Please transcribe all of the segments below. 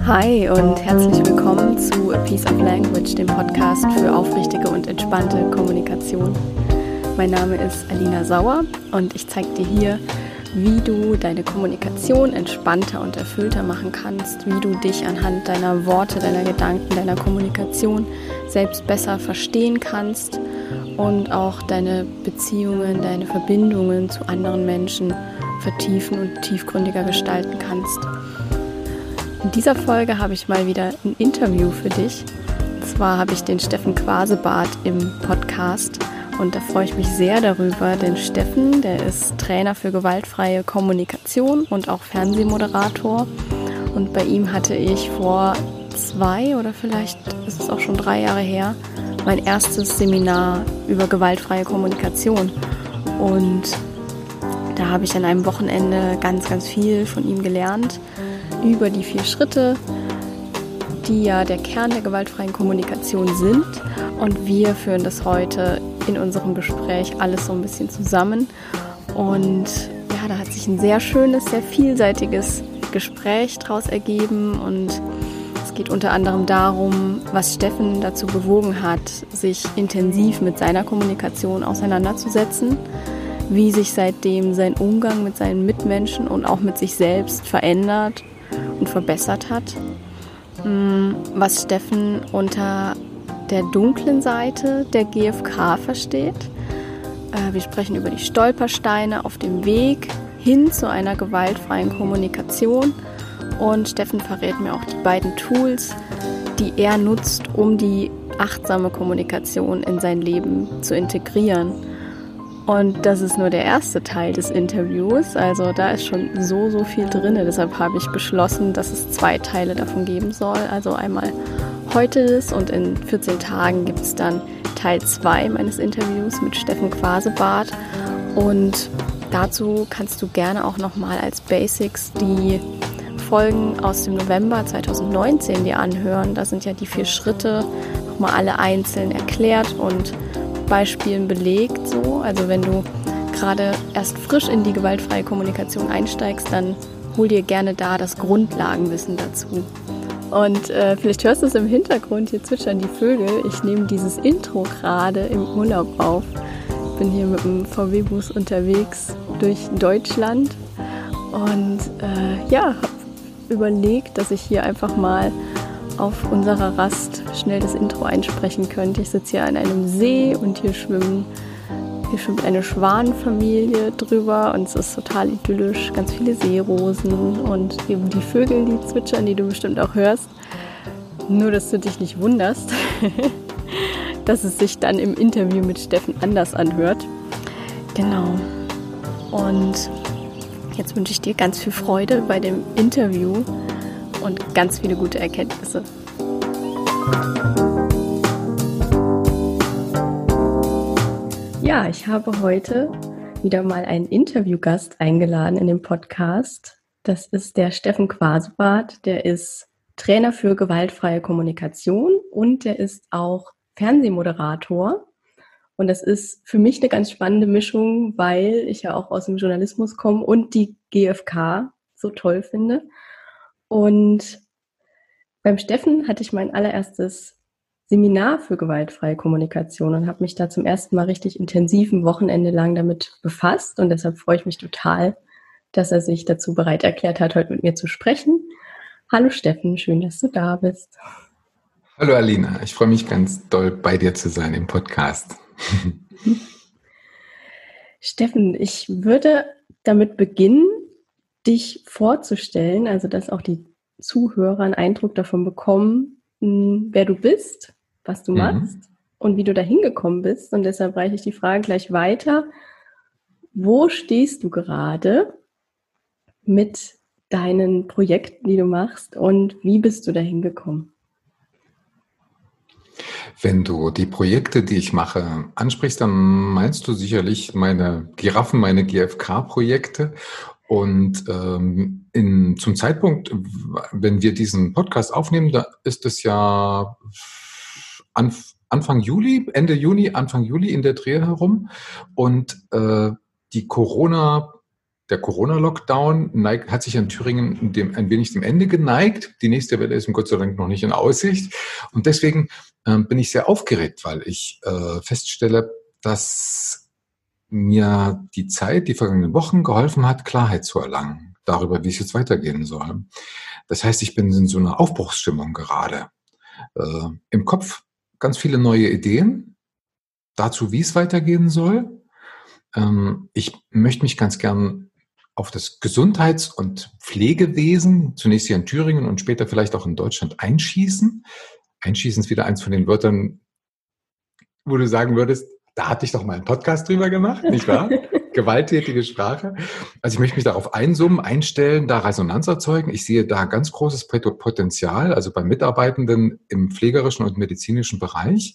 Hi und herzlich willkommen zu A Piece of Language, dem Podcast für aufrichtige und entspannte Kommunikation. Mein Name ist Alina Sauer und ich zeige dir hier, wie du deine Kommunikation entspannter und erfüllter machen kannst, wie du dich anhand deiner Worte, deiner Gedanken, deiner Kommunikation selbst besser verstehen kannst und auch deine Beziehungen, deine Verbindungen zu anderen Menschen vertiefen und tiefgründiger gestalten kannst. In dieser Folge habe ich mal wieder ein Interview für dich. Und zwar habe ich den Steffen Quasebart im Podcast und da freue ich mich sehr darüber, denn Steffen, der ist Trainer für gewaltfreie Kommunikation und auch Fernsehmoderator. Und bei ihm hatte ich vor 2 oder vielleicht ist es auch schon 3 Jahre her, mein erstes Seminar über gewaltfreie Kommunikation. Und da habe ich an einem Wochenende ganz, ganz viel von ihm gelernt über die 4 Schritte, die ja der Kern der gewaltfreien Kommunikation sind. Und wir führen das heute in unserem Gespräch alles so ein bisschen zusammen. Und ja, da hat sich ein sehr schönes, sehr vielseitiges Gespräch daraus ergeben. Und es geht unter anderem darum, was Steffen dazu bewogen hat, sich intensiv mit seiner Kommunikation auseinanderzusetzen, wie sich seitdem sein Umgang mit seinen Mitmenschen und auch mit sich selbst verändert und verbessert hat, was Steffen unter der dunklen Seite der GfK versteht. Wir sprechen über die Stolpersteine auf dem Weg hin zu einer gewaltfreien Kommunikation und Steffen verrät mir auch die beiden Tools, die er nutzt, um die achtsame Kommunikation in sein Leben zu integrieren. Und das ist nur der erste Teil des Interviews, also da ist schon so viel drin. Deshalb habe ich beschlossen, dass es 2 Teile davon geben soll. Also einmal heute und in 14 Tagen gibt es dann Teil 2 meines Interviews mit Steffen Quasebart. Und dazu kannst du gerne auch nochmal als Basics die Folgen aus dem November 2019 dir anhören. Da sind ja die 4 Schritte nochmal alle einzeln erklärt und Beispielen belegt. So. Also wenn du gerade erst frisch in die gewaltfreie Kommunikation einsteigst, dann hol dir gerne da das Grundlagenwissen dazu. Und vielleicht hörst du es im Hintergrund, hier zwitschern die Vögel. Ich nehme dieses Intro gerade im Urlaub auf. Ich bin hier mit dem VW-Bus unterwegs durch Deutschland und habe überlegt, dass ich hier einfach mal auf unserer Rast schnell das Intro einsprechen könnte. Ich sitze hier an einem See und hier schwimmt eine Schwanenfamilie drüber und es ist total idyllisch, ganz viele Seerosen und eben die Vögel, die zwitschern, die du bestimmt auch hörst. Nur, dass du dich nicht wunderst, dass es sich dann im Interview mit Steffen anders anhört. Genau. Und jetzt wünsche ich dir ganz viel Freude bei dem Interview und ganz viele gute Erkenntnisse. Ja, ich habe heute wieder mal einen Interviewgast eingeladen in den Podcast. Das ist der Steffen Quasebart. Der ist Trainer für gewaltfreie Kommunikation und der ist auch Fernsehmoderator. Und das ist für mich eine ganz spannende Mischung, weil ich ja auch aus dem Journalismus komme und die GfK so toll finde. Und beim Steffen hatte ich mein allererstes Seminar für gewaltfreie Kommunikation und habe mich da zum ersten Mal richtig intensiv ein Wochenende lang damit befasst. Und deshalb freue ich mich total, dass er sich dazu bereit erklärt hat, heute mit mir zu sprechen. Hallo Steffen, schön, dass du da bist. Hallo Alina, ich freue mich ganz doll, bei dir zu sein im Podcast. Steffen, ich würde damit beginnen, dich vorzustellen, also dass auch die Zuhörer einen Eindruck davon bekommen, wer du bist, was du machst und wie du da hingekommen bist. Und deshalb reiche ich die Frage gleich weiter. Wo stehst du gerade mit deinen Projekten, die du machst und wie bist du da hingekommen? Wenn du die Projekte, die ich mache, ansprichst, dann meinst du sicherlich meine Giraffen, meine GfK-Projekte. Und zum Zeitpunkt, wenn wir diesen Podcast aufnehmen, da ist es ja Anfang Juli, Ende Juni, Anfang Juli in der Dreh herum. Und die Corona der Corona-Lockdown hat sich in Thüringen ein wenig dem Ende geneigt. Die nächste Welle ist ihm Gott sei Dank noch nicht in Aussicht. Und deswegen bin ich sehr aufgeregt, weil ich feststelle, dass mir die vergangenen Wochen geholfen hat, Klarheit zu erlangen darüber, wie es jetzt weitergehen soll. Das heißt, ich bin in so einer Aufbruchsstimmung gerade. Im Kopf ganz viele neue Ideen dazu, wie es weitergehen soll. Ich möchte mich ganz gern auf das Gesundheits- und Pflegewesen, zunächst hier in Thüringen und später vielleicht auch in Deutschland, einschießen. Einschießen ist wieder eins von den Wörtern, wo du sagen würdest, da hatte ich doch mal einen Podcast drüber gemacht, nicht wahr? Gewalttätige Sprache. Also ich möchte mich darauf einsummen, einstellen, da Resonanz erzeugen. Ich sehe da ganz großes Potenzial, also bei Mitarbeitenden im pflegerischen und medizinischen Bereich,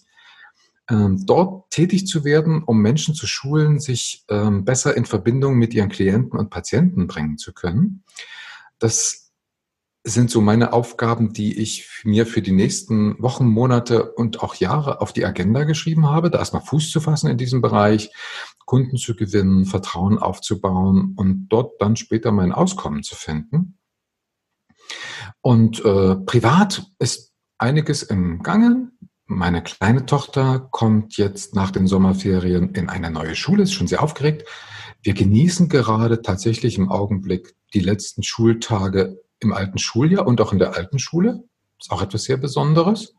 dort tätig zu werden, um Menschen zu schulen, sich besser in Verbindung mit ihren Klienten und Patienten bringen zu können. Das sind so meine Aufgaben, die ich mir für die nächsten Wochen, Monate und auch Jahre auf die Agenda geschrieben habe, da erstmal Fuß zu fassen in diesem Bereich, Kunden zu gewinnen, Vertrauen aufzubauen und dort dann später mein Auskommen zu finden. Und privat ist einiges im Gange. Meine kleine Tochter kommt jetzt nach den Sommerferien in eine neue Schule, ist schon sehr aufgeregt. Wir genießen gerade tatsächlich im Augenblick die letzten Schultage im alten Schuljahr und auch in der alten Schule. Ist auch etwas sehr Besonderes.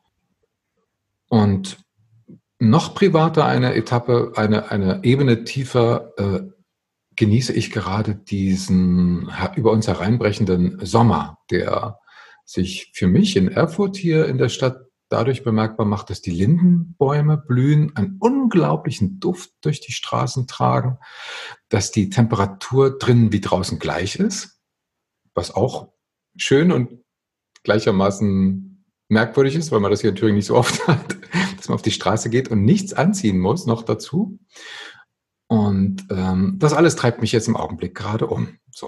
Und noch privater eine Etappe, eine Ebene tiefer genieße ich gerade diesen über uns hereinbrechenden Sommer, der sich für mich in Erfurt hier in der Stadt dadurch bemerkbar macht, dass die Lindenbäume blühen, einen unglaublichen Duft durch die Straßen tragen, dass die Temperatur drinnen wie draußen gleich ist, was auch schön und gleichermaßen merkwürdig ist, weil man das hier in Thüringen nicht so oft hat, dass man auf die Straße geht und nichts anziehen muss, noch dazu. Und das alles treibt mich jetzt im Augenblick gerade um. So.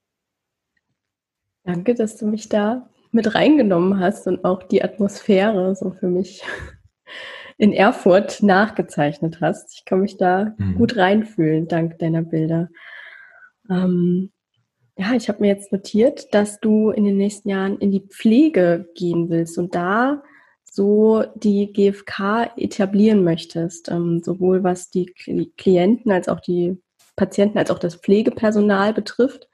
Danke, dass du mich da mit reingenommen hast und auch die Atmosphäre so für mich in Erfurt nachgezeichnet hast. Ich kann mich da gut reinfühlen, dank deiner Bilder. Ja, ich habe mir jetzt notiert, dass du in den nächsten Jahren in die Pflege gehen willst und da so die GfK etablieren möchtest, sowohl was die Klienten als auch die Patienten als auch das Pflegepersonal betrifft.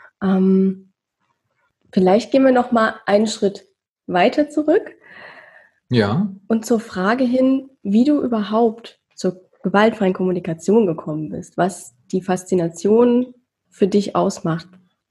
Vielleicht gehen wir noch mal einen Schritt weiter zurück. Ja. Und zur Frage hin, wie du überhaupt zur gewaltfreien Kommunikation gekommen bist, was die Faszination für dich ausmacht.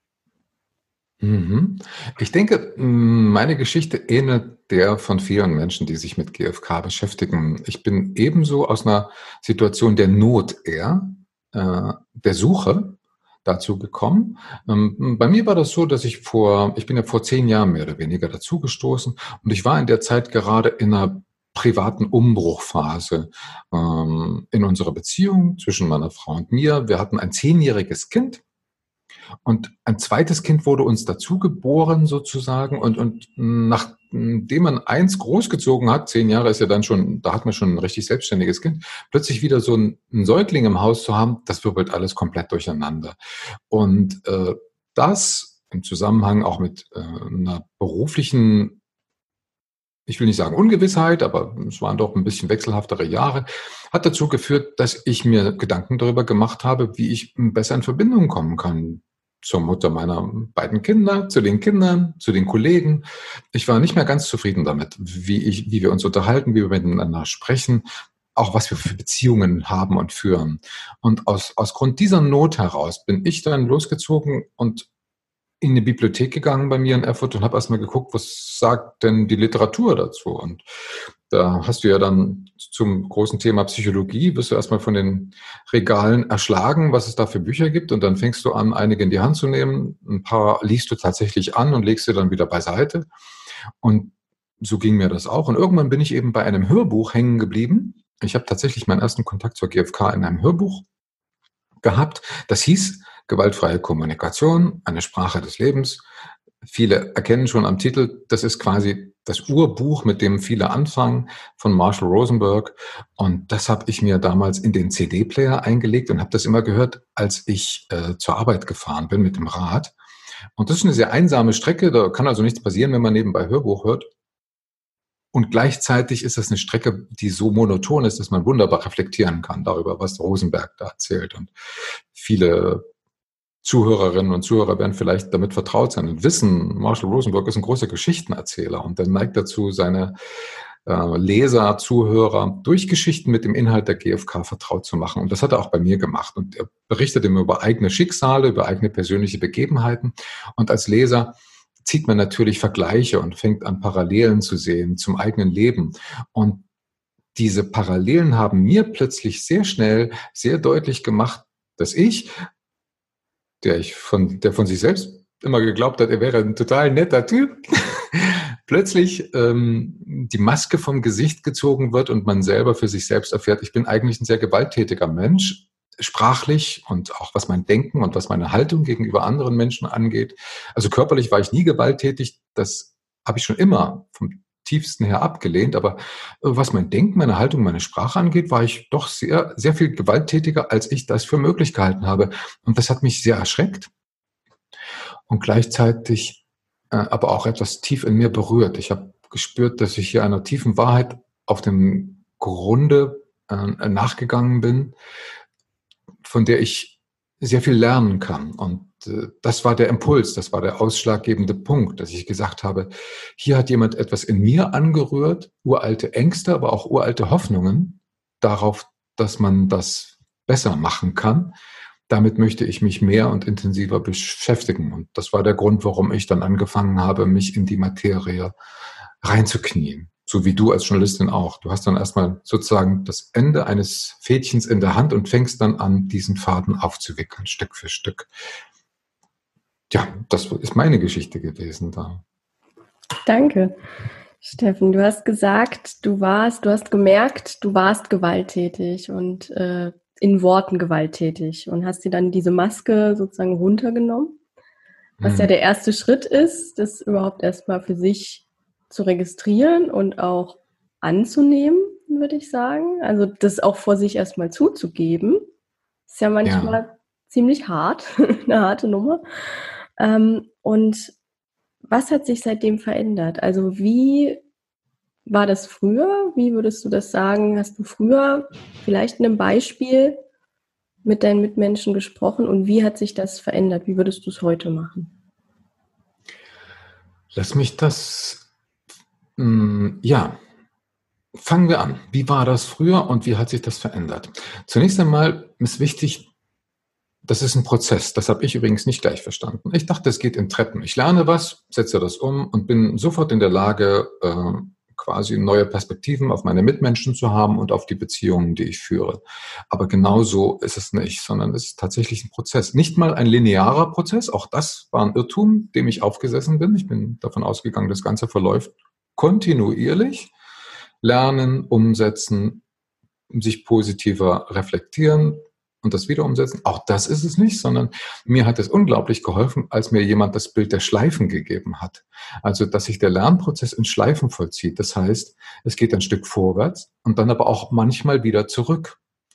Ich denke, meine Geschichte ähnelt der von vielen Menschen, die sich mit GfK beschäftigen. Ich bin ebenso aus einer Situation der Not eher, der Suche dazu gekommen. Bei mir war das so, dass ich bin ja vor 10 Jahren mehr oder weniger dazugestoßen und ich war in der Zeit gerade in einer privaten Umbruchphase in unserer Beziehung zwischen meiner Frau und mir. Wir hatten ein 10-jähriges Kind. Und ein zweites Kind wurde uns dazu geboren sozusagen und nachdem man eins großgezogen hat, 10 Jahre ist ja dann schon, da hat man schon ein richtig selbstständiges Kind, plötzlich wieder so ein Säugling im Haus zu haben, das wirbelt alles komplett durcheinander. Und das im Zusammenhang auch mit einer beruflichen, ich will nicht sagen Ungewissheit, aber es waren doch ein bisschen wechselhaftere Jahre, hat dazu geführt, dass ich mir Gedanken darüber gemacht habe, wie ich besser in Verbindung kommen kann zur Mutter meiner beiden Kinder, zu den Kindern, zu den Kollegen. Ich war nicht mehr ganz zufrieden damit, wie wir uns unterhalten, wie wir miteinander sprechen, auch was wir für Beziehungen haben und führen. Und aus Grund dieser Not heraus bin ich dann losgezogen und in eine Bibliothek gegangen bei mir in Erfurt und habe erstmal geguckt, was sagt denn die Literatur dazu? Und da hast du ja dann zum großen Thema Psychologie, wirst du erstmal von den Regalen erschlagen, was es da für Bücher gibt. Und dann fängst du an, einige in die Hand zu nehmen. Ein paar liest du tatsächlich an und legst sie dann wieder beiseite. Und so ging mir das auch. Und irgendwann bin ich eben bei einem Hörbuch hängen geblieben. Ich habe tatsächlich meinen ersten Kontakt zur GfK in einem Hörbuch gehabt. Das hieß Gewaltfreie Kommunikation, eine Sprache des Lebens. Viele erkennen schon am Titel, das ist quasi das Urbuch, mit dem viele anfangen, von Marshall Rosenberg. Und das habe ich mir damals in den CD-Player eingelegt und habe das immer gehört, als ich zur Arbeit gefahren bin mit dem Rad. Und das ist eine sehr einsame Strecke, da kann also nichts passieren, wenn man nebenbei Hörbuch hört. Und gleichzeitig ist das eine Strecke, die so monoton ist, dass man wunderbar reflektieren kann darüber, was Rosenberg da erzählt. Und viele Zuhörerinnen und Zuhörer werden vielleicht damit vertraut sein und wissen, Marshall Rosenberg ist ein großer Geschichtenerzähler und der neigt dazu, seine Leser, Zuhörer durch Geschichten mit dem Inhalt der GfK vertraut zu machen. Und das hat er auch bei mir gemacht. Und er berichtet immer über eigene Schicksale, über eigene persönliche Begebenheiten. Und als Leser zieht man natürlich Vergleiche und fängt an, Parallelen zu sehen zum eigenen Leben. Und diese Parallelen haben mir plötzlich sehr schnell, sehr deutlich gemacht, dass ich, der von sich selbst immer geglaubt hat, er wäre ein total netter Typ, plötzlich die Maske vom Gesicht gezogen wird und man selber für sich selbst erfährt, ich bin eigentlich ein sehr gewalttätiger Mensch, sprachlich und auch was mein Denken und was meine Haltung gegenüber anderen Menschen angeht. Also körperlich war ich nie gewalttätig, das habe ich schon immer vom tiefsten her abgelehnt, aber was mein Denken, meine Haltung, meine Sprache angeht, war ich doch sehr, sehr viel gewalttätiger, als ich das für möglich gehalten habe. Und das hat mich sehr erschreckt und gleichzeitig aber auch etwas tief in mir berührt. Ich habe gespürt, dass ich hier einer tiefen Wahrheit auf dem Grunde nachgegangen bin, von der ich sehr viel lernen kann. Und das war der Impuls, das war der ausschlaggebende Punkt, dass ich gesagt habe, hier hat jemand etwas in mir angerührt, uralte Ängste, aber auch uralte Hoffnungen darauf, dass man das besser machen kann. Damit möchte ich mich mehr und intensiver beschäftigen. Und das war der Grund, warum ich dann angefangen habe, mich in die Materie reinzuknien. So wie du als Journalistin auch. Du hast dann erstmal sozusagen das Ende eines Fädchens in der Hand und fängst dann an, diesen Faden aufzuwickeln, Stück für Stück. Ja, das ist meine Geschichte gewesen da. Danke, Steffen. Du hast gesagt, du hast gemerkt, du warst gewalttätig und in Worten gewalttätig und hast dir dann diese Maske sozusagen runtergenommen, was ja der erste Schritt ist, das überhaupt erstmal für sich zu registrieren und auch anzunehmen, würde ich sagen. Also das auch vor sich erstmal zuzugeben, ist ja manchmal ziemlich hart, eine harte Nummer. Und was hat sich seitdem verändert? Also wie war das früher? Wie würdest du das sagen? Hast du früher vielleicht in einem Beispiel mit deinen Mitmenschen gesprochen und wie hat sich das verändert? Wie würdest du es heute machen? Lass mich das... Ja, fangen wir an. Wie war das früher und wie hat sich das verändert? Zunächst einmal ist wichtig, das ist ein Prozess. Das habe ich übrigens nicht gleich verstanden. Ich dachte, es geht in Treppen. Ich lerne was, setze das um und bin sofort in der Lage, quasi neue Perspektiven auf meine Mitmenschen zu haben und auf die Beziehungen, die ich führe. Aber genau so ist es nicht, sondern es ist tatsächlich ein Prozess. Nicht mal ein linearer Prozess. Auch das war ein Irrtum, dem ich aufgesessen bin. Ich bin davon ausgegangen, das Ganze verläuft kontinuierlich. Lernen, umsetzen, sich positiver reflektieren und das wieder umsetzen. Auch das ist es nicht, sondern mir hat es unglaublich geholfen, als mir jemand das Bild der Schleifen gegeben hat. Also, dass sich der Lernprozess in Schleifen vollzieht. Das heißt, es geht ein Stück vorwärts und dann aber auch manchmal wieder zurück.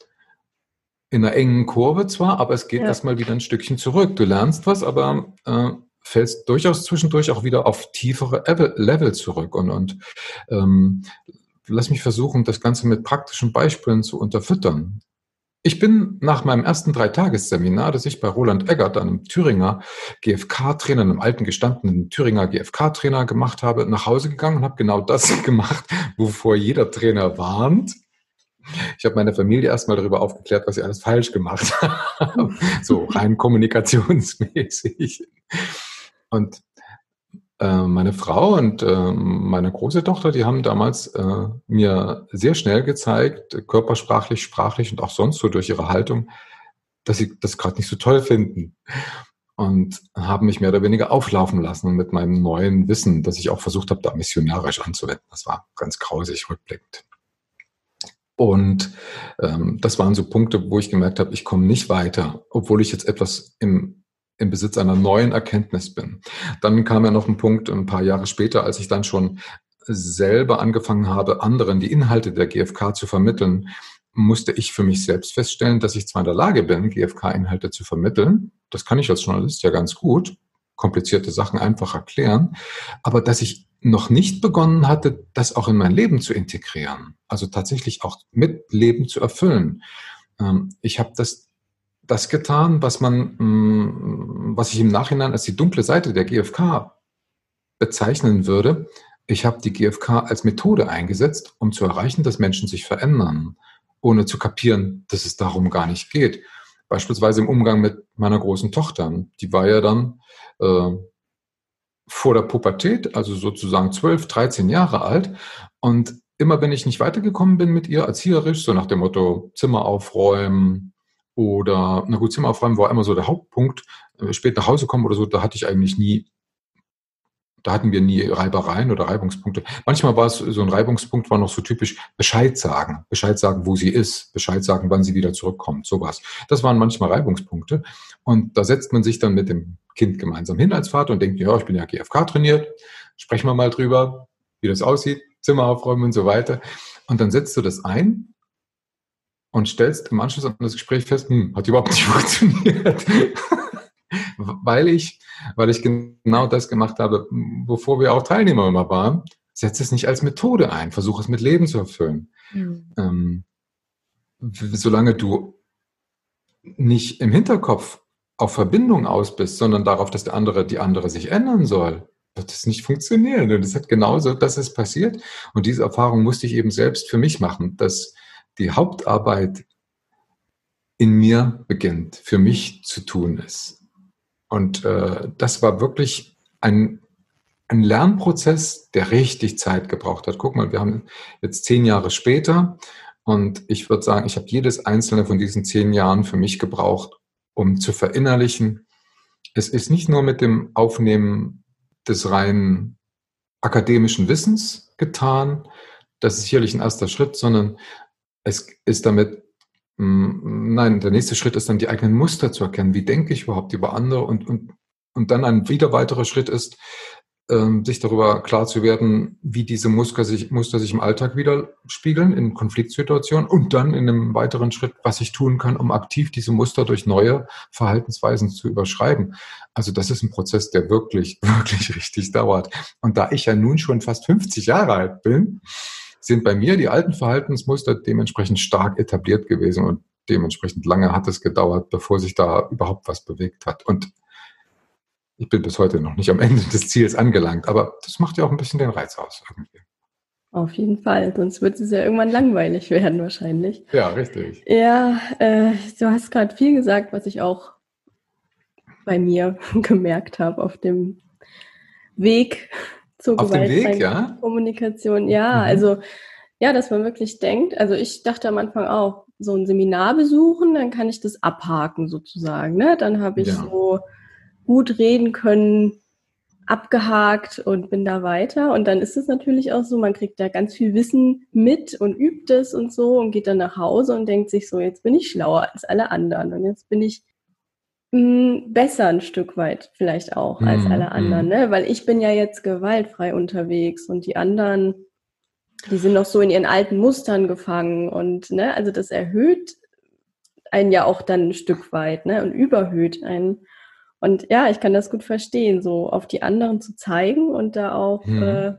In einer engen Kurve zwar, aber es geht erstmal wieder ein Stückchen zurück. Du lernst was, aber fällst durchaus zwischendurch auch wieder auf tiefere Level zurück. Und lass mich versuchen, das Ganze mit praktischen Beispielen zu unterfüttern. Ich bin nach meinem ersten 3-Tages-Seminar, das ich bei Roland Eggert, einem Thüringer GfK-Trainer, einem alten gestandenen Thüringer GfK-Trainer gemacht habe, nach Hause gegangen und habe genau das gemacht, wovor jeder Trainer warnt. Ich habe meine Familie erstmal darüber aufgeklärt, was sie alles falsch gemacht haben, so rein kommunikationsmäßig. Und meine Frau und meine große Tochter, die haben damals mir sehr schnell gezeigt, körpersprachlich, sprachlich und auch sonst so durch ihre Haltung, dass sie das gerade nicht so toll finden. Und haben mich mehr oder weniger auflaufen lassen mit meinem neuen Wissen, das ich auch versucht habe, da missionarisch anzuwenden. Das war ganz grausig rückblickend. Und das waren so Punkte, wo ich gemerkt habe, ich komme nicht weiter, obwohl ich jetzt etwas im Besitz einer neuen Erkenntnis bin. Dann kam ja noch ein Punkt, ein paar Jahre später, als ich dann schon selber angefangen habe, anderen die Inhalte der GfK zu vermitteln, musste ich für mich selbst feststellen, dass ich zwar in der Lage bin, GfK-Inhalte zu vermitteln, das kann ich als Journalist ja ganz gut, komplizierte Sachen einfach erklären, aber dass ich noch nicht begonnen hatte, das auch in mein Leben zu integrieren, also tatsächlich auch mit Leben zu erfüllen. Ich habe das getan, was ich im Nachhinein als die dunkle Seite der GfK bezeichnen würde. Ich habe die GfK als Methode eingesetzt, um zu erreichen, dass Menschen sich verändern, ohne zu kapieren, dass es darum gar nicht geht. Beispielsweise im Umgang mit meiner großen Tochter. Die war ja dann vor der Pubertät, also sozusagen 12, 13 Jahre alt. Und immer wenn ich nicht weitergekommen bin mit ihr erzieherisch, so nach dem Motto Zimmer aufräumen oder, na gut, Zimmer aufräumen war immer so der Hauptpunkt, spät nach Hause kommen oder so, da hatten wir nie Reibereien oder Reibungspunkte. Manchmal war es so ein Reibungspunkt, war noch so typisch Bescheid sagen, wo sie ist, Bescheid sagen, wann sie wieder zurückkommt, sowas. Das waren manchmal Reibungspunkte. Und da setzt man sich dann mit dem Kind gemeinsam hin als Vater und denkt, ja, ich bin ja GfK trainiert, sprechen wir mal drüber, wie das aussieht, Zimmer aufräumen und so weiter. Und dann setzt du das ein und stellst im Anschluss an das Gespräch fest, hat überhaupt nicht funktioniert. Weil ich genau das gemacht habe, wovor wir auch Teilnehmer immer waren. Setze es nicht als Methode ein, versuche es mit Leben zu erfüllen. Solange du nicht im Hinterkopf auf Verbindung aus bist, sondern darauf, dass die andere sich ändern soll, wird es nicht funktionieren. Und es hat genauso, das ist passiert. Und diese Erfahrung musste ich eben selbst für mich machen, dass die Hauptarbeit in mir beginnt, für mich zu tun ist. Und das war wirklich ein Lernprozess, der richtig Zeit gebraucht hat. Guck mal, wir haben jetzt 10 Jahre später und ich würde sagen, ich habe jedes einzelne von diesen 10 Jahren für mich gebraucht, um zu verinnerlichen. Es ist nicht nur mit dem Aufnehmen des rein akademischen Wissens getan, das ist sicherlich ein erster Schritt, sondern es ist damit nein, der nächste Schritt ist dann, die eigenen Muster zu erkennen. Wie denke ich überhaupt über andere? Und dann ein wieder weiterer Schritt ist, sich darüber klar zu werden, wie diese Muster sich im Alltag widerspiegeln, in Konfliktsituationen. Und dann in einem weiteren Schritt, was ich tun kann, um aktiv diese Muster durch neue Verhaltensweisen zu überschreiben. Also das ist ein Prozess, der wirklich, wirklich richtig dauert. Und da ich ja nun schon fast 50 Jahre alt bin, sind bei mir die alten Verhaltensmuster dementsprechend stark etabliert gewesen und dementsprechend lange hat es gedauert, bevor sich da überhaupt was bewegt hat. Und ich bin bis heute noch nicht am Ende des Ziels angelangt, aber das macht ja auch ein bisschen den Reiz aus irgendwie. Auf jeden Fall, sonst wird es ja irgendwann langweilig werden wahrscheinlich. Ja, richtig. Ja, du hast gerade viel gesagt, was ich auch bei mir gemerkt habe auf dem Weg zur gewaltfreien Kommunikation. Ja, also ja, dass man wirklich denkt, also ich dachte am Anfang auch, so ein Seminar besuchen, dann kann ich das abhaken sozusagen, ne? Dann habe ich so gut reden können, abgehakt und bin da weiter. Und dann ist es natürlich auch so, man kriegt da ganz viel Wissen mit und übt es und so und geht dann nach Hause und denkt sich so, jetzt bin ich schlauer als alle anderen und jetzt bin ich besser ein Stück weit vielleicht auch als alle anderen, ne? Weil ich bin ja jetzt gewaltfrei unterwegs und die anderen, die sind noch so in ihren alten Mustern gefangen und ne, also das erhöht einen ja auch dann ein Stück weit, ne, und überhöht einen. Und ja, ich kann das gut verstehen, so auf die anderen zu zeigen und da auch das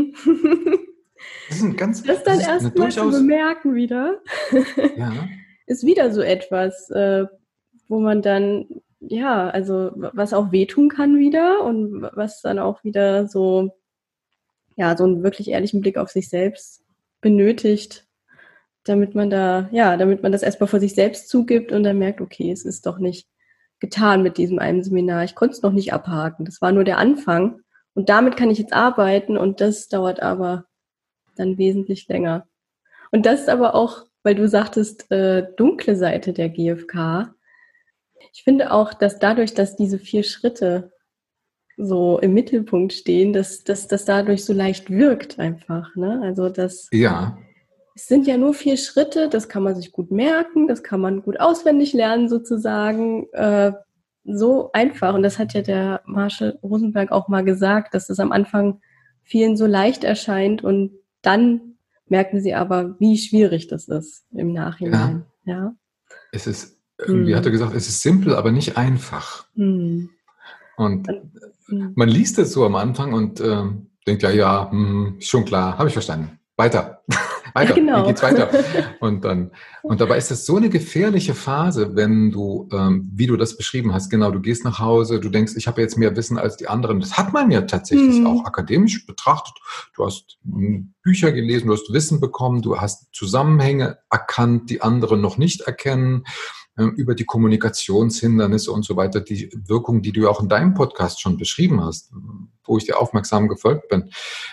dann erstmal zu bemerken wieder, ist wieder so etwas, wo man dann, ja, also was auch wehtun kann wieder und was dann auch wieder so, ja, so einen wirklich ehrlichen Blick auf sich selbst benötigt, damit man das erstmal vor sich selbst zugibt und dann merkt, okay, es ist doch nicht getan mit diesem einen Seminar. Ich konnte es noch nicht abhaken. Das war nur der Anfang und damit kann ich jetzt arbeiten und das dauert aber dann wesentlich länger. Und das ist aber auch, weil du sagtest, dunkle Seite der GfK. Ich finde auch, dass dadurch, dass diese 4 Schritte so im Mittelpunkt stehen, dass das dadurch so leicht wirkt einfach, ne? Also es sind ja nur 4 Schritte, das kann man sich gut merken, das kann man gut auswendig lernen sozusagen, so einfach. Und das hat ja der Marshall Rosenberg auch mal gesagt, dass es am Anfang vielen so leicht erscheint und dann merken sie aber, wie schwierig das ist im Nachhinein. Ja. Es ist, wie hat er gesagt, es ist simpel, aber nicht einfach. Und man liest es so am Anfang und denkt, schon klar, habe ich verstanden. Weiter. Weiter, genau. Wie geht's weiter? Und dabei ist es so eine gefährliche Phase, wenn du, wie du das beschrieben hast, genau, du gehst nach Hause, du denkst, ich habe jetzt mehr Wissen als die anderen. Das hat man ja tatsächlich auch akademisch betrachtet. Du hast Bücher gelesen, du hast Wissen bekommen, du hast Zusammenhänge erkannt, die andere noch nicht erkennen, über die Kommunikationshindernisse und so weiter, die Wirkung, die du auch in deinem Podcast schon beschrieben hast, wo ich dir aufmerksam gefolgt bin.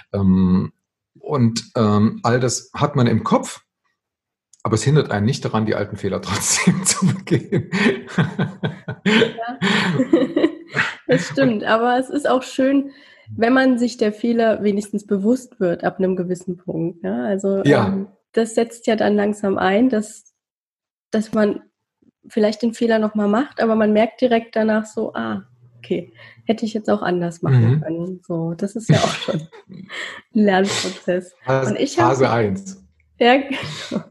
Und all das hat man im Kopf, aber es hindert einen nicht daran, die alten Fehler trotzdem zu begehen. Ja. Das stimmt, aber es ist auch schön, wenn man sich der Fehler wenigstens bewusst wird ab einem gewissen Punkt. Ja? Also das setzt ja dann langsam ein, dass man vielleicht den Fehler nochmal macht, aber man merkt direkt danach so, okay, hätte ich jetzt auch anders machen können. So, das ist ja auch schon ein Lernprozess. Phase 1. Ja, genau.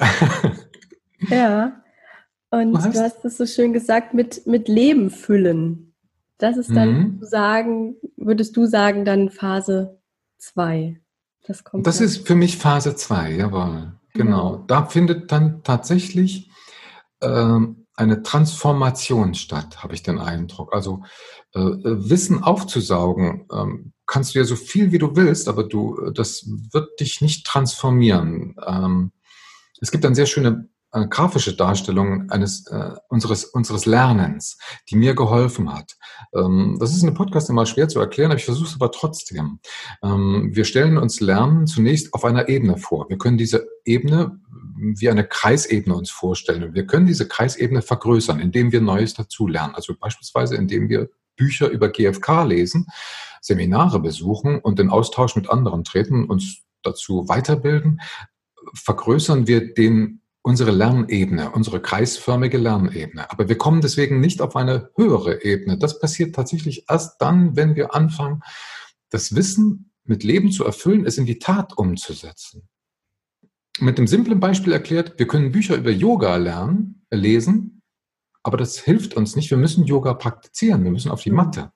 Ja. Und du hast es so schön gesagt, mit Leben füllen. Das ist dann würdest du sagen, dann Phase 2. Das ist für mich Phase 2, jawohl. Genau. Da findet dann tatsächlich eine Transformation statt, habe ich den Eindruck. Also Wissen aufzusaugen, kannst du ja so viel wie du willst, aber das wird dich nicht transformieren. Es gibt eine sehr schöne grafische Darstellung unseres Lernens, die mir geholfen hat. Das ist in einem Podcast immer schwer zu erklären, aber ich versuche es aber trotzdem. Wir stellen uns Lernen zunächst auf einer Ebene vor. Wir können diese Ebene wie eine Kreisebene uns vorstellen. Und wir können diese Kreisebene vergrößern, indem wir Neues dazulernen. Also beispielsweise, indem wir Bücher über GfK lesen, Seminare besuchen und in Austausch mit anderen treten, uns dazu weiterbilden, vergrößern wir unsere Lernebene, unsere kreisförmige Lernebene. Aber wir kommen deswegen nicht auf eine höhere Ebene. Das passiert tatsächlich erst dann, wenn wir anfangen, das Wissen mit Leben zu erfüllen, es in die Tat umzusetzen. Mit einem simplen Beispiel erklärt, wir können Bücher über Yoga lesen, aber das hilft uns nicht. Wir müssen Yoga praktizieren, wir müssen auf die Matte.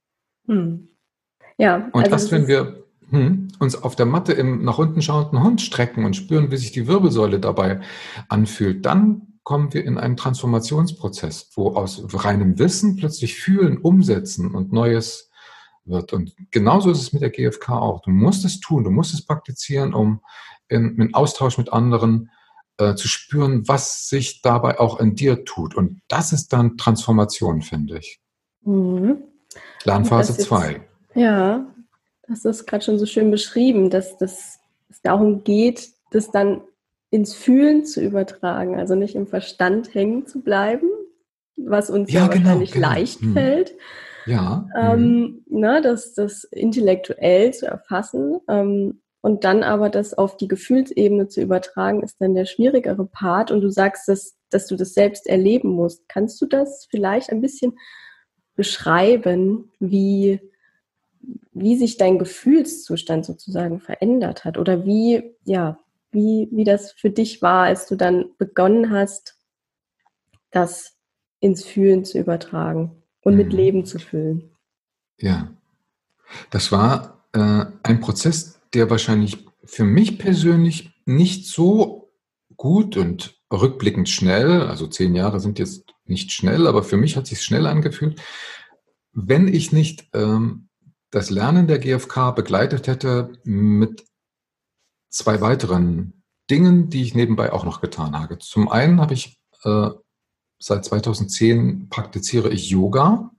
Ja, und erst wenn wir uns auf der Matte im nach unten schauenden Hund strecken und spüren, wie sich die Wirbelsäule dabei anfühlt, dann kommen wir in einen Transformationsprozess, wo aus reinem Wissen plötzlich Fühlen, Umsetzen und Neues wird. Und genauso ist es mit der GfK auch. Du musst es tun, du musst es praktizieren, um in Austausch mit anderen zu spüren, was sich dabei auch in dir tut. Und das ist dann Transformation, finde ich. Lernphase 2. Ja, das ist gerade schon so schön beschrieben, dass es darum geht, das dann ins Fühlen zu übertragen, also nicht im Verstand hängen zu bleiben, was uns wahrscheinlich leicht fällt. Ja. Das intellektuell zu erfassen und dann aber das auf die Gefühlsebene zu übertragen, ist dann der schwierigere Part. Und du sagst, dass du das selbst erleben musst. Kannst du das vielleicht ein bisschen beschreiben, wie sich dein Gefühlszustand sozusagen verändert hat oder wie das für dich war, als du dann begonnen hast, das ins Fühlen zu übertragen und mit Leben zu füllen? Ja, das war ein Prozess, der wahrscheinlich für mich persönlich nicht so gut und rückblickend schnell, also 10 Jahre sind jetzt nicht schnell, aber für mich hat es sich schnell angefühlt, wenn ich nicht das Lernen der GfK begleitet hätte mit 2 weiteren Dingen, die ich nebenbei auch noch getan habe. Zum einen habe ich seit 2010 praktiziere ich Yoga,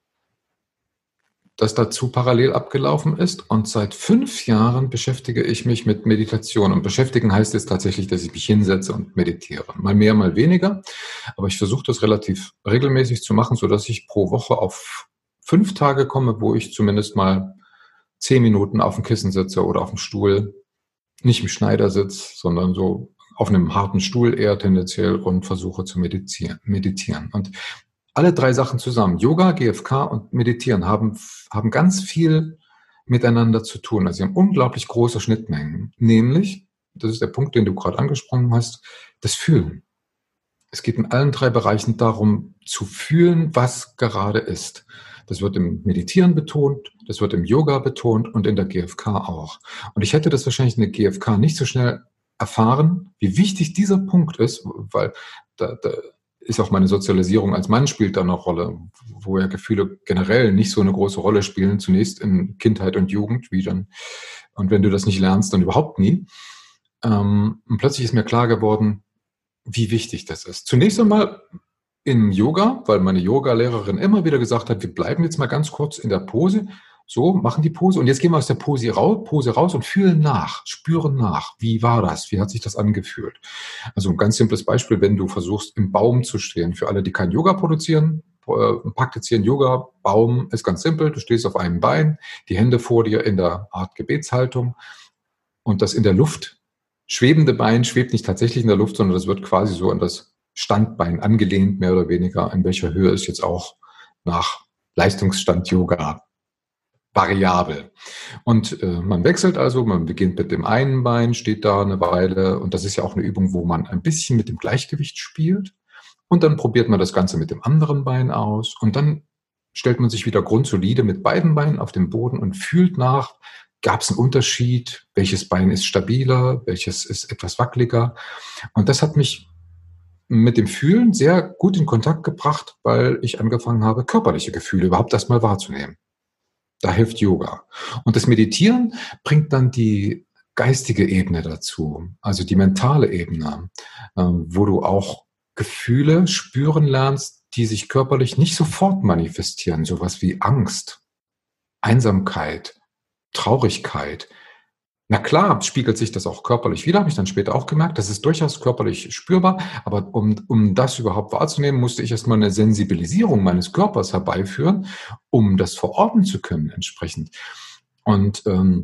das dazu parallel abgelaufen ist. Und seit 5 Jahren beschäftige ich mich mit Meditation. Und beschäftigen heißt jetzt tatsächlich, dass ich mich hinsetze und meditiere. Mal mehr, mal weniger. Aber ich versuche das relativ regelmäßig zu machen, sodass ich pro Woche auf 5 Tage komme, wo ich zumindest mal 10 Minuten auf dem Kissen sitze oder auf dem Stuhl. Nicht im Schneidersitz, sondern so auf einem harten Stuhl eher tendenziell und versuche zu meditieren. Und alle 3 Sachen zusammen, Yoga, GfK und Meditieren, haben ganz viel miteinander zu tun. Also sie haben unglaublich große Schnittmengen. Nämlich, das ist der Punkt, den du gerade angesprochen hast, das Fühlen. Es geht in allen 3 Bereichen darum, zu fühlen, was gerade ist. Das wird im Meditieren betont, das wird im Yoga betont und in der GfK auch. Und ich hätte das wahrscheinlich in der GfK nicht so schnell erfahren, wie wichtig dieser Punkt ist, weil da ist auch meine Sozialisierung als Mann spielt da eine Rolle, wo ja Gefühle generell nicht so eine große Rolle spielen, zunächst in Kindheit und Jugend, wie dann. Und wenn du das nicht lernst, dann überhaupt nie. Und plötzlich ist mir klar geworden, wie wichtig das ist. Zunächst einmal im Yoga, weil meine Yoga-Lehrerin immer wieder gesagt hat, wir bleiben jetzt mal ganz kurz in der Pose. So, machen die Pose und jetzt gehen wir aus der Pose raus und fühlen nach, spüren nach. Wie war das? Wie hat sich das angefühlt? Also ein ganz simples Beispiel, wenn du versuchst, im Baum zu stehen. Für alle, die kein Yoga produzieren, praktizieren Yoga. Baum ist ganz simpel. Du stehst auf einem Bein, die Hände vor dir in der Art Gebetshaltung und das in der Luft schwebende Bein schwebt nicht tatsächlich in der Luft, sondern das wird quasi so an das Standbein angelehnt, mehr oder weniger. In welcher Höhe ist jetzt auch nach Leistungsstand Yoga variabel. Und man wechselt also, man beginnt mit dem einen Bein, steht da eine Weile und das ist ja auch eine Übung, wo man ein bisschen mit dem Gleichgewicht spielt und dann probiert man das Ganze mit dem anderen Bein aus und dann stellt man sich wieder grundsolide mit beiden Beinen auf dem Boden und fühlt nach, gab es einen Unterschied, welches Bein ist stabiler, welches ist etwas wackeliger und das hat mich mit dem Fühlen sehr gut in Kontakt gebracht, weil ich angefangen habe, körperliche Gefühle überhaupt erstmal wahrzunehmen. Da hilft Yoga. Und das Meditieren bringt dann die geistige Ebene dazu, also die mentale Ebene, wo du auch Gefühle spüren lernst, die sich körperlich nicht sofort manifestieren, sowas wie Angst, Einsamkeit, Traurigkeit. Na klar, spiegelt sich das auch körperlich wieder, habe ich dann später auch gemerkt. Das ist durchaus körperlich spürbar, aber um das überhaupt wahrzunehmen, musste ich erstmal eine Sensibilisierung meines Körpers herbeiführen, um das verorten zu können entsprechend. Und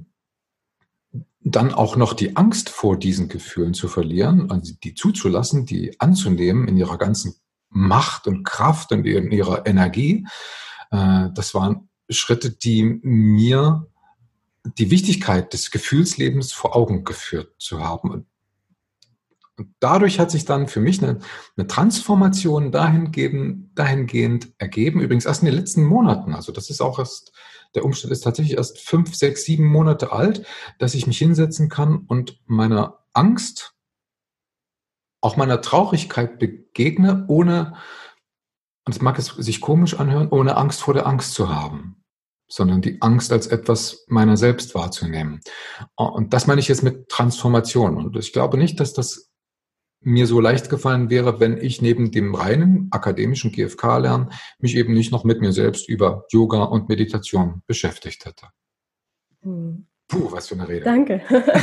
dann auch noch die Angst vor diesen Gefühlen zu verlieren, also die zuzulassen, die anzunehmen in ihrer ganzen Macht und Kraft und in ihrer Energie. Das waren Schritte, die mir die Wichtigkeit des Gefühlslebens vor Augen geführt zu haben. Und dadurch hat sich dann für mich eine Transformation dahingehend ergeben, übrigens erst in den letzten Monaten. Also das ist auch erst, der Umstand ist tatsächlich erst 5, 6, 7 Monate alt, dass ich mich hinsetzen kann und meiner Angst, auch meiner Traurigkeit begegne, ohne, und es mag es sich komisch anhören, ohne Angst vor der Angst zu haben, sondern die Angst als etwas meiner selbst wahrzunehmen. Und das meine ich jetzt mit Transformation. Und ich glaube nicht, dass das mir so leicht gefallen wäre, wenn ich neben dem reinen akademischen GfK-Lernen mich eben nicht noch mit mir selbst über Yoga und Meditation beschäftigt hätte. Puh, was für eine Rede. Danke.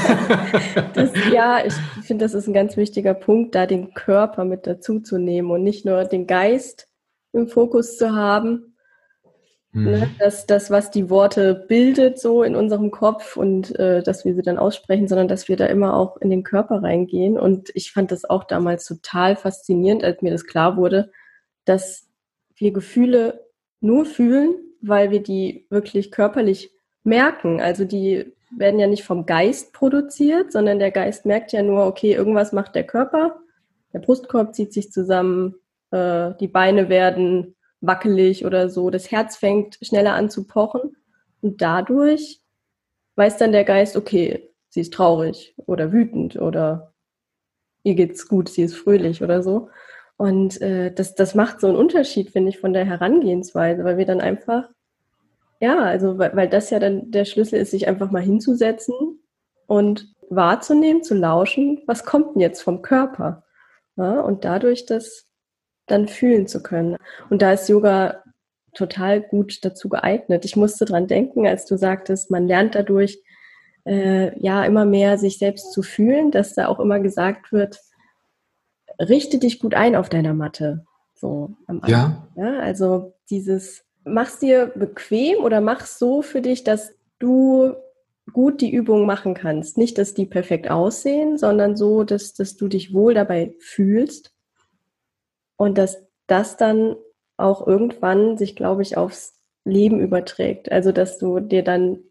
Ich finde, das ist ein ganz wichtiger Punkt, da den Körper mit dazu zu nehmen und nicht nur den Geist im Fokus zu haben. Ne, das, was die Worte bildet so in unserem Kopf und dass wir sie dann aussprechen, sondern dass wir da immer auch in den Körper reingehen. Und ich fand das auch damals total faszinierend, als mir das klar wurde, dass wir Gefühle nur fühlen, weil wir die wirklich körperlich merken. Also die werden ja nicht vom Geist produziert, sondern der Geist merkt ja nur, okay, irgendwas macht der Körper, der Brustkorb zieht sich zusammen, die Beine werden wackelig oder so, das Herz fängt schneller an zu pochen und dadurch weiß dann der Geist, okay, sie ist traurig oder wütend oder ihr geht's gut, sie ist fröhlich oder so. Und das macht so einen Unterschied, finde ich, von der Herangehensweise, weil wir dann einfach, weil das ja dann der Schlüssel ist, sich einfach mal hinzusetzen und wahrzunehmen, zu lauschen, was kommt denn jetzt vom Körper? Ja, und dadurch das dann fühlen zu können. Und da ist Yoga total gut dazu geeignet. Ich musste dran denken, als du sagtest, man lernt dadurch immer mehr sich selbst zu fühlen, dass da auch immer gesagt wird, richte dich gut ein auf deiner Matte. So am Anfang. Ja, also mach's dir bequem oder mach's so für dich, dass du gut die Übung machen kannst. Nicht, dass die perfekt aussehen, sondern so, dass du dich wohl dabei fühlst. Und dass das dann auch irgendwann sich, glaube ich, aufs Leben überträgt. Also, dass du dir dann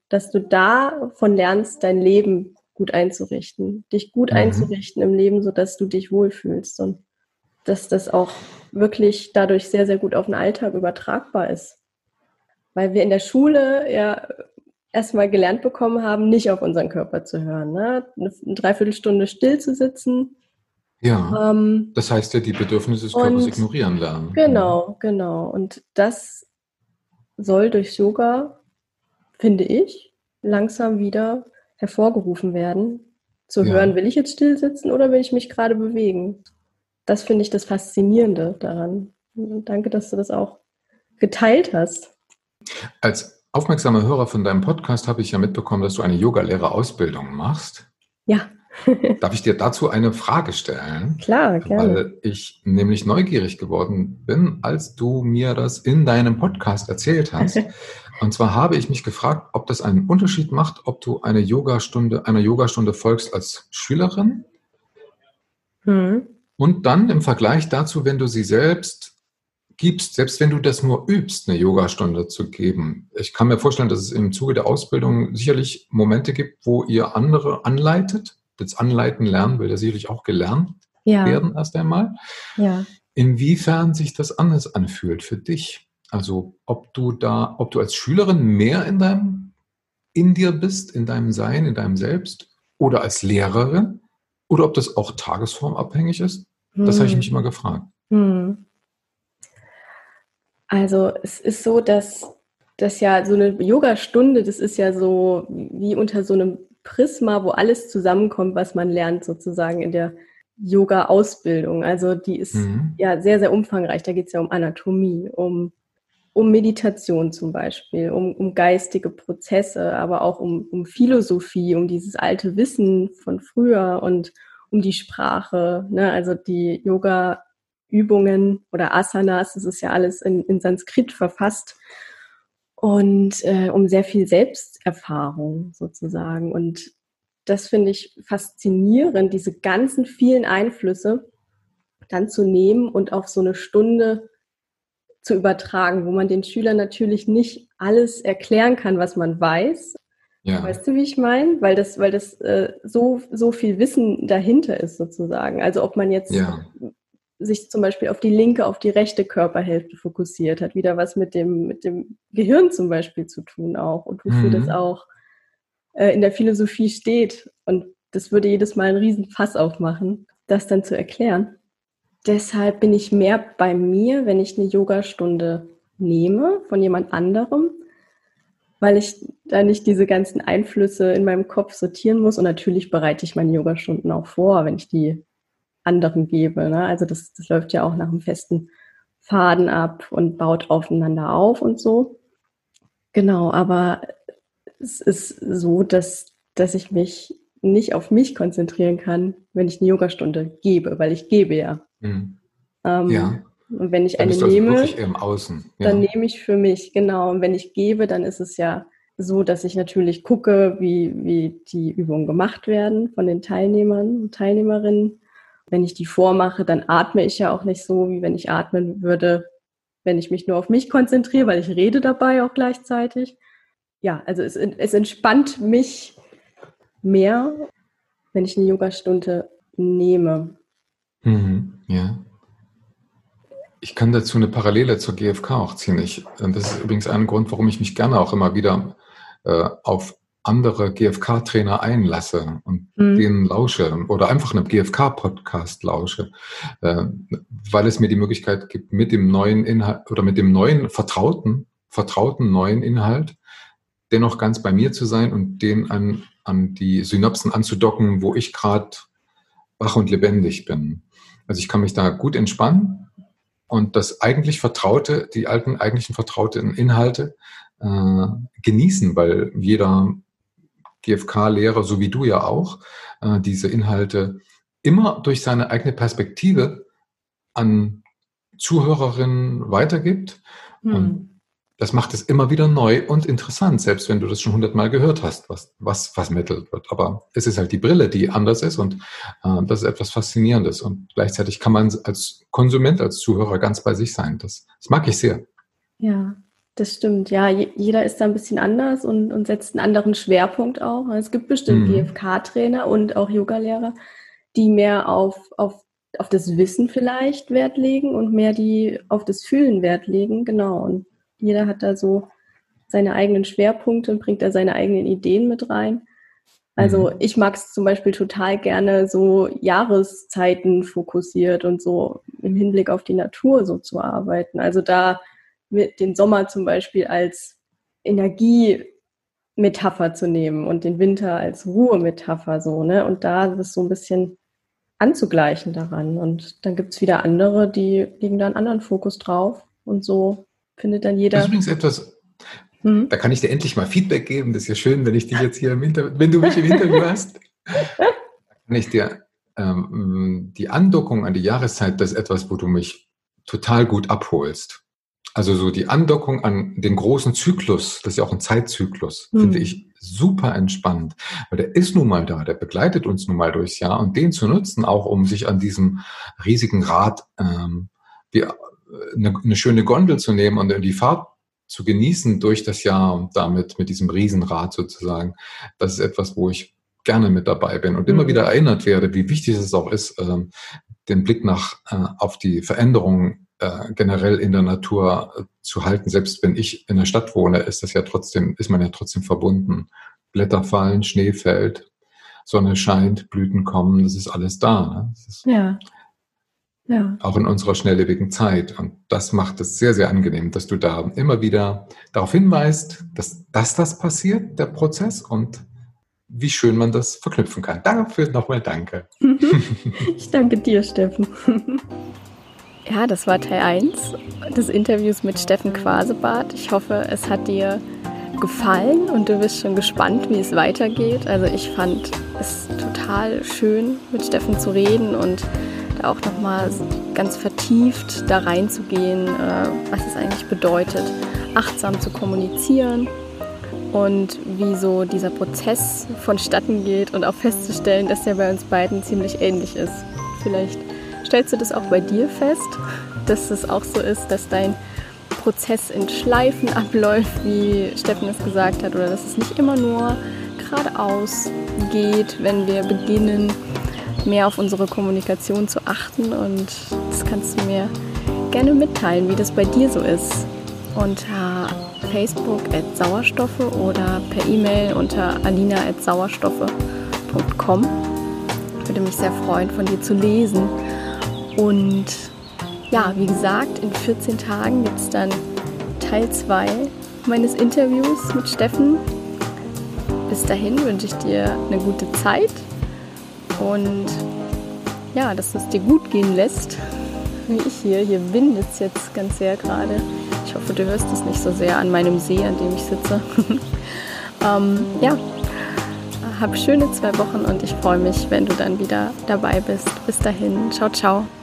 dass du davon lernst, dein Leben gut einzurichten, dich gut einzurichten im Leben, sodass du dich wohlfühlst und dass das auch wirklich dadurch sehr, sehr gut auf den Alltag übertragbar ist. Weil wir in der Schule ja erstmal gelernt bekommen haben, nicht auf unseren Körper zu hören. Ne? Eine Dreiviertelstunde still zu sitzen. Ja, das heißt ja, die Bedürfnisse des Körpers ignorieren lernen. Genau. Und das soll durch Yoga, finde ich, langsam wieder hervorgerufen werden. Zu hören, will ich jetzt still sitzen oder will ich mich gerade bewegen? Das finde ich das Faszinierende daran. Und danke, dass du das auch geteilt hast. Als aufmerksamer Hörer von deinem Podcast habe ich ja mitbekommen, dass du eine Yogalehrerausbildung machst. Ja. Darf ich dir dazu eine Frage stellen? Klar, gerne. Weil ich nämlich neugierig geworden bin, als du mir das in deinem Podcast erzählt hast. Und zwar habe ich mich gefragt, ob das einen Unterschied macht, ob du einer Yogastunde folgst als Schülerin und dann im Vergleich dazu, wenn du sie selbst gibst, selbst wenn du das nur übst, eine Yogastunde zu geben. Ich kann mir vorstellen, dass es im Zuge der Ausbildung sicherlich Momente gibt, wo ihr andere anleitet. Das Anleiten lernen will ja sicherlich auch gelernt werden erst einmal. Ja. Inwiefern sich das anders anfühlt für dich? Also ob du als Schülerin mehr in dir bist, in deinem Sein, in deinem Selbst oder als Lehrerin oder ob das auch tagesformabhängig ist? Das habe ich mich immer gefragt. Also es ist so, dass das ja so eine Yogastunde, das ist ja so wie unter so einem Prisma, wo alles zusammenkommt, was man lernt sozusagen in der Yoga-Ausbildung. Also die ist ja sehr, sehr umfangreich. Da geht es ja um Anatomie, um Meditation zum Beispiel, um geistige Prozesse, aber auch um Philosophie, um dieses alte Wissen von früher und um die Sprache. Ne? Also die Yoga-Übungen oder Asanas, das ist ja alles in Sanskrit verfasst. Und um sehr viel Selbsterfahrung sozusagen. Und das finde ich faszinierend, diese ganzen vielen Einflüsse dann zu nehmen und auf so eine Stunde zu übertragen, wo man den Schülern natürlich nicht alles erklären kann, was man weiß. Ja. Weißt du, wie ich meine? Weil das so viel Wissen dahinter ist sozusagen. Also ob man jetzt sich zum Beispiel auf die rechte Körperhälfte fokussiert, hat wieder was mit dem Gehirn zum Beispiel zu tun auch und wofür das auch in der Philosophie steht. Und das würde jedes Mal einen riesen Fass aufmachen, das dann zu erklären. Deshalb bin ich mehr bei mir, wenn ich eine Yogastunde nehme von jemand anderem, weil ich da nicht diese ganzen Einflüsse in meinem Kopf sortieren muss. Und natürlich bereite ich meine Yogastunden auch vor, wenn ich die anderen gebe. Ne? Also das läuft ja auch nach einem festen Faden ab und baut aufeinander auf und so. Genau, aber es ist so, dass ich mich nicht auf mich konzentrieren kann, wenn ich eine Yogastunde gebe, weil ich gebe ja. Und wenn ich eine nehme, wirklich eher im Außen. Ja. Dann nehme ich für mich, genau. Und wenn ich gebe, dann ist es ja so, dass ich natürlich gucke, wie die Übungen gemacht werden von den Teilnehmern und Teilnehmerinnen. Wenn ich die vormache, dann atme ich ja auch nicht so, wie wenn ich atmen würde, wenn ich mich nur auf mich konzentriere, weil ich rede dabei auch gleichzeitig. Ja, also es entspannt mich mehr, wenn ich eine Yogastunde nehme. Ja. Ich kann dazu eine Parallele zur GfK auch ziehen. Das ist übrigens ein Grund, warum ich mich gerne auch immer wieder auf andere GfK-Trainer einlasse und denen lausche oder einfach einem GfK-Podcast lausche, weil es mir die Möglichkeit gibt, mit dem neuen Inhalt oder mit dem neuen vertrauten neuen Inhalt dennoch ganz bei mir zu sein und den an die Synapsen anzudocken, wo ich gerade wach und lebendig bin. Also ich kann mich da gut entspannen und das die alten eigentlichen vertrauten Inhalte genießen, weil jeder GfK-Lehrer, so wie du ja auch, diese Inhalte immer durch seine eigene Perspektive an Zuhörerinnen weitergibt. Und das macht es immer wieder neu und interessant, selbst wenn du das schon 100-mal gehört hast, was vermittelt wird. Aber es ist halt die Brille, die anders ist und das ist etwas Faszinierendes. Und gleichzeitig kann man als Konsument, als Zuhörer ganz bei sich sein. Das mag ich sehr. Ja, Das stimmt. Ja, jeder ist da ein bisschen anders und setzt einen anderen Schwerpunkt auch. Es gibt bestimmt GFK-Trainer und auch Yogalehrer, die mehr auf das Wissen vielleicht Wert legen und mehr die auf das Fühlen Wert legen. Genau. Und jeder hat da so seine eigenen Schwerpunkte und bringt da seine eigenen Ideen mit rein. Also ich mag es zum Beispiel total gerne, so Jahreszeiten fokussiert und so im Hinblick auf die Natur so zu arbeiten. Also da mit den Sommer zum Beispiel als Energiemetapher zu nehmen und den Winter als Ruhemetapher so, ne? Und da das so ein bisschen anzugleichen daran. Und dann gibt es wieder andere, die legen da einen anderen Fokus drauf. Und so findet dann jeder. Das ist übrigens etwas, da kann ich dir endlich mal Feedback geben. Das ist ja schön, wenn ich dich jetzt hier wenn du mich im Interview hast, kann ich dir die Andockung an die Jahreszeit, das ist etwas, wo du mich total gut abholst. Also so die Andockung an den großen Zyklus, das ist ja auch ein Zeitzyklus, finde ich super entspannt. Weil der ist nun mal da, der begleitet uns nun mal durchs Jahr und den zu nutzen, auch um sich an diesem riesigen Rad eine schöne Gondel zu nehmen und die Fahrt zu genießen durch das Jahr und damit mit diesem Riesenrad sozusagen. Das ist etwas, wo ich gerne mit dabei bin und immer wieder erinnert werde, wie wichtig es auch ist, den Blick auf die Veränderungen generell in der Natur zu halten. Selbst wenn ich in der Stadt wohne, ist man ja trotzdem verbunden. Blätter fallen, Schnee fällt, Sonne scheint, Blüten kommen, das ist alles da. Ne? Das ist auch in unserer schnelllebigen Zeit. Und das macht es sehr, sehr angenehm, dass du da immer wieder darauf hinweist, dass das passiert, der Prozess, und wie schön man das verknüpfen kann. Dafür nochmal danke. Ich danke dir, Steffen. Ja, das war Teil 1 des Interviews mit Steffen Quasebart. Ich hoffe, es hat dir gefallen und du bist schon gespannt, wie es weitergeht. Also ich fand es total schön, mit Steffen zu reden und da auch nochmal ganz vertieft da reinzugehen, was es eigentlich bedeutet, achtsam zu kommunizieren und wie so dieser Prozess vonstatten geht und auch festzustellen, dass der bei uns beiden ziemlich ähnlich ist. Vielleicht stellst du das auch bei dir fest, dass es auch so ist, dass dein Prozess in Schleifen abläuft, wie Steffen es gesagt hat, oder dass es nicht immer nur geradeaus geht, wenn wir beginnen, mehr auf unsere Kommunikation zu achten. Und das kannst du mir gerne mitteilen, wie das bei dir so ist. Unter Facebook @sauerstoffe oder per E-Mail unter alina@sauerstoffe.com. Würde mich sehr freuen, von dir zu lesen. Und ja, wie gesagt, in 14 Tagen gibt es dann Teil 2 meines Interviews mit Steffen. Bis dahin wünsche ich dir eine gute Zeit und ja, dass es dir gut gehen lässt, wie ich hier. Hier windet es jetzt ganz sehr gerade. Ich hoffe, du hörst es nicht so sehr an meinem See, an dem ich sitze. Ja, hab schöne 2 Wochen und ich freue mich, wenn du dann wieder dabei bist. Bis dahin, ciao, ciao.